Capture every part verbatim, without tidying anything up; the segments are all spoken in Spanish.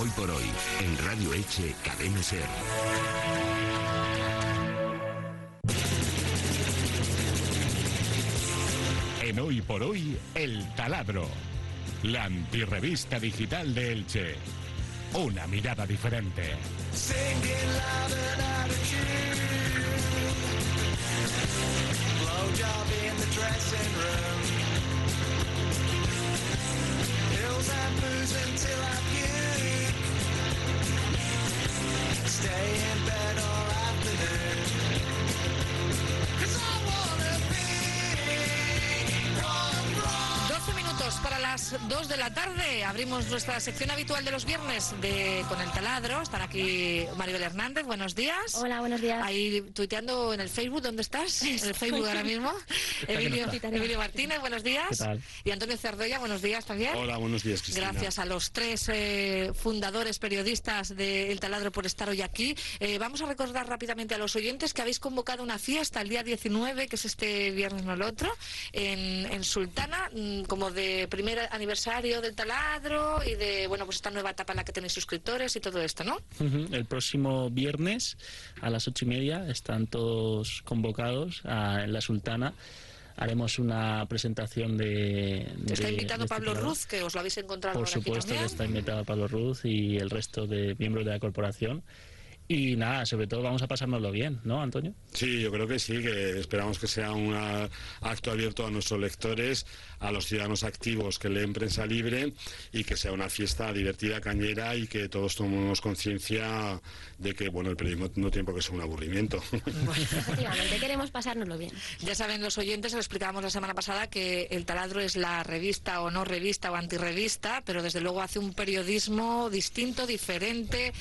Hoy por hoy, en Radio Elche, Cadena Ser. En Hoy por Hoy, El Taladro, la antirrevista digital de Elche. Una mirada diferente. doce minutos para las dos de la tarde. Abrimos nuestra sección habitual de los viernes de Con el Taladro. Están aquí Maribel Hernández, buenos días. Hola, buenos días. Ahí tuiteando en el Facebook, ¿dónde estás? En el Facebook ahora mismo. Emilio, Emilio Martínez, buenos días. ¿Qué tal? Y Antonio Cerdoya, buenos días también. Hola, buenos días, Cristina. Gracias a los tres eh, fundadores, periodistas de El Taladro por estar hoy aquí. Eh, vamos a recordar rápidamente a los oyentes que habéis convocado una fiesta el día diecinueve, que es este viernes, no el otro, en, en Sultana, como de primer aniversario del Taladro y de, bueno, pues esta nueva etapa en la que tenéis suscriptores y todo esto, ¿no? Uh-huh. El próximo viernes a las ocho y media están todos convocados a, en la Sultana. Haremos una presentación de... Está de, invitado de este Pablo taladro. Ruz, que os lo habéis encontrado Por ahora aquí supuesto también. que está invitado Pablo Ruz y el resto de miembros de la corporación. Y nada, sobre todo vamos a pasárnoslo bien, ¿no, Antonio? Sí, yo creo que sí, que esperamos que sea un acto abierto a nuestros lectores, a los ciudadanos activos que leen Prensa Libre, y que sea una fiesta divertida, cañera, y que todos tomemos conciencia de que, bueno, el periodismo no tiene por qué ser un aburrimiento. Efectivamente, queremos pasárnoslo bien. Ya saben los oyentes, lo explicábamos la semana pasada, que El Taladro es la revista o no revista o antirrevista, pero desde luego hace un periodismo distinto, diferente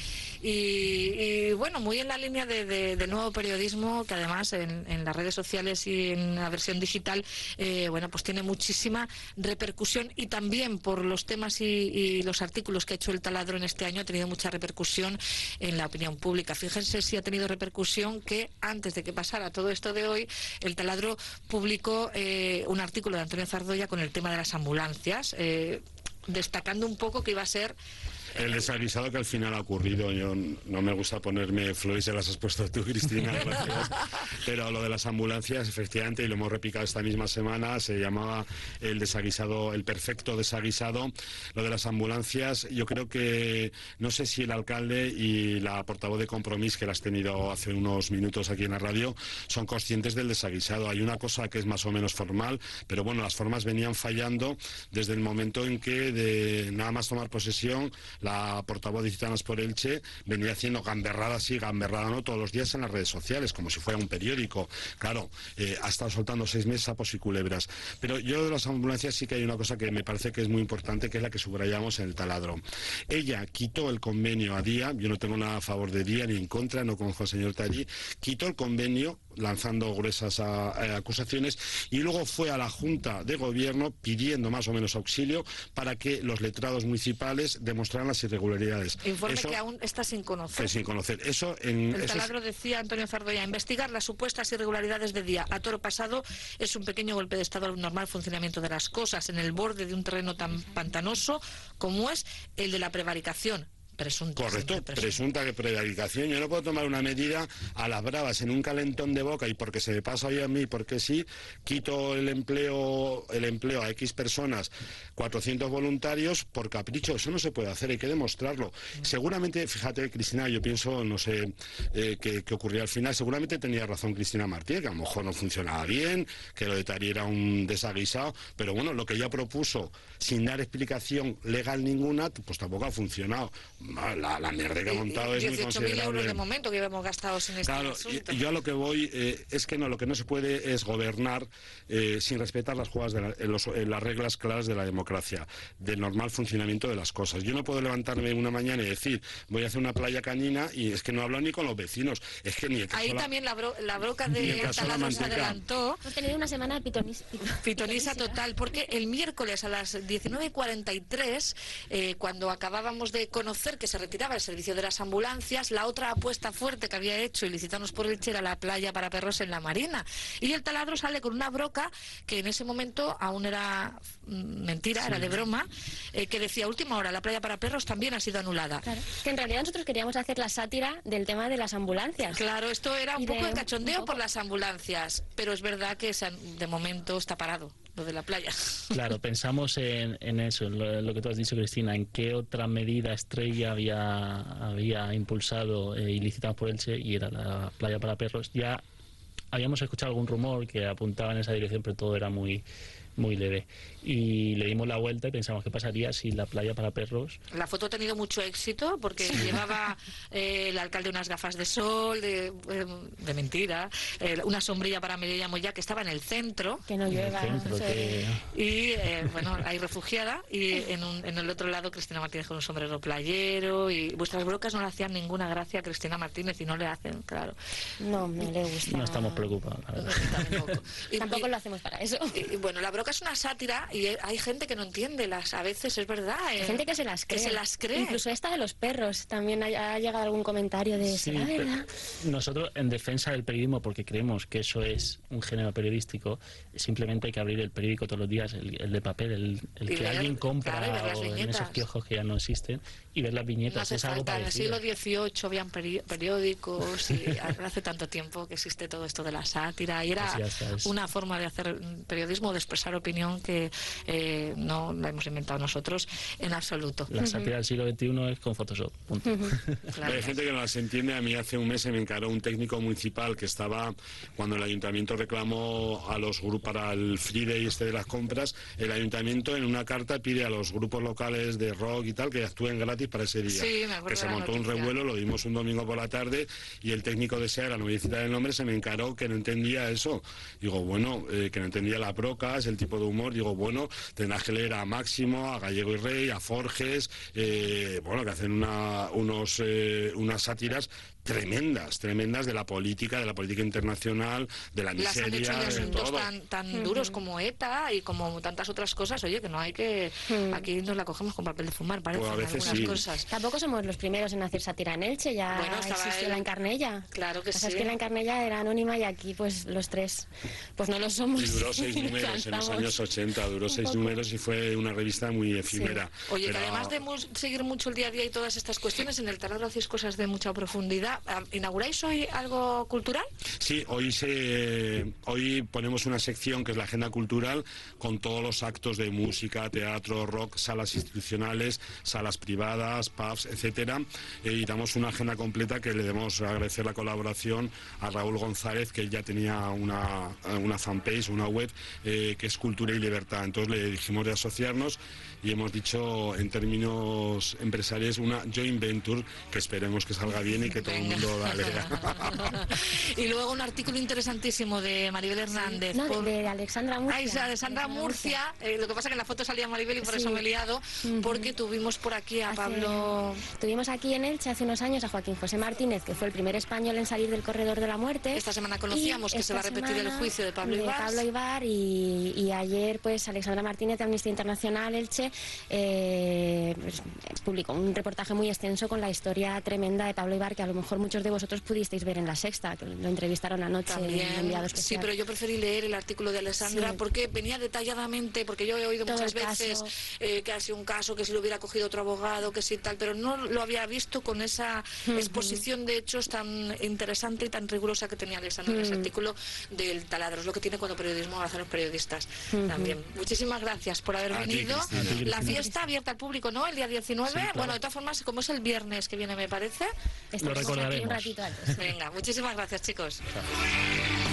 y, y bueno, muy en la línea de, de, del nuevo periodismo, que además en, en las redes sociales y en la versión digital, eh, bueno, pues tiene muchísima repercusión, y también por los temas y, y los artículos que ha hecho El Taladro en este año ha tenido mucha repercusión en la opinión pública. Fíjense si ha tenido repercusión que antes de que pasara todo esto de hoy, El Taladro publicó eh, un artículo de Antonio Cerdoya con el tema de las ambulancias, eh, destacando un poco que iba a ser el desaguisado que al final ha ocurrido. Yo no me gusta ponerme flores, ya las has puesto tú, Cristina, gracias. Pero lo de las ambulancias, efectivamente, y lo hemos replicado esta misma semana, se llamaba el desaguisado, el perfecto desaguisado. Lo de las ambulancias, yo creo que, no sé si el alcalde y la portavoz de Compromís, que la has tenido hace unos minutos aquí en la radio, son conscientes del desaguisado. Hay una cosa que es más o menos formal, pero bueno, las formas venían fallando desde el momento en que, de nada más tomar posesión, la portavoz de Ciudadanos por Elche venía haciendo gamberrada, sí, gamberrada no, todos los días en las redes sociales, como si fuera un periódico. Claro, eh, ha estado soltando seis meses sapos y culebras. Pero yo de las ambulancias sí que hay una cosa que me parece que es muy importante, que es la que subrayamos en El Taladro. Ella quitó el convenio a Día, yo no tengo nada a favor de Día ni en contra, no conozco al señor Tallí, quitó el convenio lanzando gruesas a, a acusaciones, y luego fue a la Junta de Gobierno pidiendo más o menos auxilio para que los letrados municipales demostraran las irregularidades. Informe eso, que aún está sin conocer. Que sin conocer. Eso en El eso Taladro es... decía Antonio Cerdoya, investigar las supuestas irregularidades de Día a toro pasado es un pequeño golpe de estado al normal funcionamiento de las cosas en el borde de un terreno tan pantanoso como es el de la prevaricación. Presunta, Correcto, presunta. presunta que prevaricación. Yo no puedo tomar una medida a las bravas en un calentón de boca y porque se me pasa hoy a mí, porque sí, quito el empleo el empleo a X personas, cuatrocientos voluntarios por capricho. Eso no se puede hacer, hay que demostrarlo. Seguramente, fíjate, Cristina, yo pienso, no sé eh, qué, qué ocurría al final, seguramente tenía razón Cristina Martínez, que a lo mejor no funcionaba bien, que lo de Tari era un desaguisado, pero bueno, lo que ella propuso sin dar explicación legal ninguna, pues tampoco ha funcionado. La, la mierda que ha montado es muy considerable. dieciocho mil euros de momento que hemos gastado sin este Claro, asunto. y, yo a lo que voy eh, es que no, lo que no se puede es gobernar eh, sin respetar las jugadas de la, eh, los, eh, las reglas claras de la democracia, del normal funcionamiento de las cosas. Yo no puedo levantarme una mañana y decir, voy a hacer una playa canina, y es que no hablo ni con los vecinos. Es que ni el caso Ahí la, también la, bro, la broca de Taladro se adelantó. Hemos tenido una semana de pitonis, Pitonisa total, porque el miércoles a las diecinueve cuarenta y tres, eh, cuando acabábamos de conocer conocer que se retiraba el servicio de las ambulancias. La otra apuesta fuerte que había hecho Ilicitanos por Elche era la playa para perros en la Marina. Y el taladro sale con una broca que en ese momento aún era mentira, sí. era de broma, eh, que decía: última hora, la playa para perros también ha sido anulada. Claro. Que en realidad nosotros queríamos hacer la sátira del tema de las ambulancias. Claro, esto era un y poco de, de cachondeo un poco. por las ambulancias, pero es verdad que se han, de momento está parado lo de la playa. Claro, pensamos en, en eso, en lo, lo que tú has dicho, Cristina, en qué otra medida estrella había, había impulsado eh, Ilicitanos por Elche, y era la playa para perros. Ya habíamos escuchado algún rumor que apuntaba en esa dirección, pero todo era muy muy leve, y le dimos la vuelta y pensamos qué pasaría si la playa para perros... La foto ha tenido mucho éxito porque llevaba eh, el alcalde unas gafas de sol de, eh, de mentira, eh, una sombrilla para Mireia Moya que estaba en el centro, que no llueva, centro, que... y eh, bueno, ahí refugiada, y en, un, en el otro lado Cristina Martínez con un sombrero playero, y vuestras brocas no le hacían ninguna gracia a Cristina Martínez, y no le hacen, claro. No, no le gusta. No estamos preocupados, la verdad. Tampoco, y, Tampoco y, lo hacemos para eso. Y, y bueno, la broca es una sátira y hay gente que no entiende las, a veces es verdad. Eh, hay gente que se las cree. Que se las cree. Incluso esta de los perros, también ha, ha llegado algún comentario de sí, ¿será verdad? Nosotros, en defensa del periodismo, porque creemos que eso es un género periodístico, simplemente hay que abrir el periódico todos los días, el, el de papel, el, el que leer, alguien compra, claro, o en esos kioscos que ya no existen, y ver las viñetas. No hace es algo falta. En el parecido. siglo dieciocho habían peri periódicos, y hace tanto tiempo que existe todo esto de la sátira, y era pues está, es... una forma de hacer periodismo, de expresar opinión que eh, no la hemos inventado nosotros en absoluto. La sátira del siglo veintiuno es con Photoshop, punto. Claro. Hay gente que no las entiende. A mí hace un mes se me encaró un técnico municipal que estaba, cuando el ayuntamiento reclamó a los grupos para el Friday este de las compras, el ayuntamiento en una carta pide a los grupos locales de rock y tal que actúen gratis para ese día. Sí, me acuerdo que se de la montó un noticia. revuelo, lo dimos un domingo por la tarde, y el técnico de SEARA, no voy a citar el nombre, se me encaró que no entendía eso. Digo, bueno, eh, que no entendía las brocas, el tipo de humor. Digo, bueno, tendrás que leer a Máximo, a Gallego y Rey, a Forges, eh, bueno, que hacen una, unos, eh, unas sátiras tremendas, tremendas de la política, de la política internacional, de la Las han hecho miseria, de de asuntos todo. tan, tan duros como ETA y como tantas otras cosas, oye, que no hay que... Aquí nos la cogemos con papel de fumar, parece, Pues a veces algunas sí. cosas. Tampoco somos los primeros en hacer sátira en Elche, ya Bueno, estaba existió él. la Encarnella. Claro que O sea, sí. es que la Encarnella era anónima y aquí pues los tres pues no lo somos. Y duró seis Nos números en los lanzamos. años ochenta, duró seis poco. números y fue una revista muy efímera. Oye, Pero- que además de mu- seguir mucho el día a día y todas estas cuestiones, en el taladro hacéis cosas de mucha profundidad. Ah, ¿inauguráis hoy algo cultural? Sí, hoy se hoy ponemos una sección que es la agenda cultural con todos los actos de música, teatro, rock, salas institucionales, salas privadas, pubs, etcétera. Eh, y damos una agenda completa que le debemos agradecer la colaboración a Raúl González, que él ya tenía una, una fanpage, una web eh, que es Cultura y Libertad. Entonces le dijimos de asociarnos y hemos dicho en términos empresariales una joint venture que esperemos que salga bien y que todo Venga. el mundo la lea. Y luego un artículo interesantísimo de Maribel Hernández. No, por- de, de Alexandra Murcia. Ay, de Sandra Murcia, eh, lo que pasa que en la foto salía Maribel y por Sí. eso me he liado, porque tuvimos por aquí a Hace- Pablo... Tuvimos aquí en Elche hace unos años a Joaquín José Martínez, que fue el primer español en salir del corredor de la muerte. Esta semana conocíamos Y que se va a esta repetir el semana juicio de Pablo de Ibar. Pablo Ibar y, y ayer pues Alexandra Martínez de Amnistía Internacional Elche eh, pues, publicó un reportaje muy extenso con la historia tremenda de Pablo Ibar que a lo mejor muchos de vosotros pudisteis ver en La Sexta, que lo entrevistaron anoche en También, enviado sí, especial. pero yo preferí leer el artículo de Alessandra Sí. porque venía detalladamente, porque yo he oído Todo muchas el caso. veces eh, que ha sido un caso, que si lo hubiera cogido otro abogado, que si tal, pero no lo había visto con esa exposición de hechos tan interesante y tan rigurosa que tenía Alessandra en ese artículo del taladro. Es lo que tiene cuando periodismo hacen los periodistas también. Muchísimas gracias por haber A ti, venido. Cristina. A ti, La Cristina. fiesta abierta al público, ¿no? El día diecinueve. Sí, claro. Bueno, de todas formas, como es el viernes que viene, me parece. Estaremos aquí recordaremos. un ratito antes. Venga, muchísimas gracias, chicos. Chao.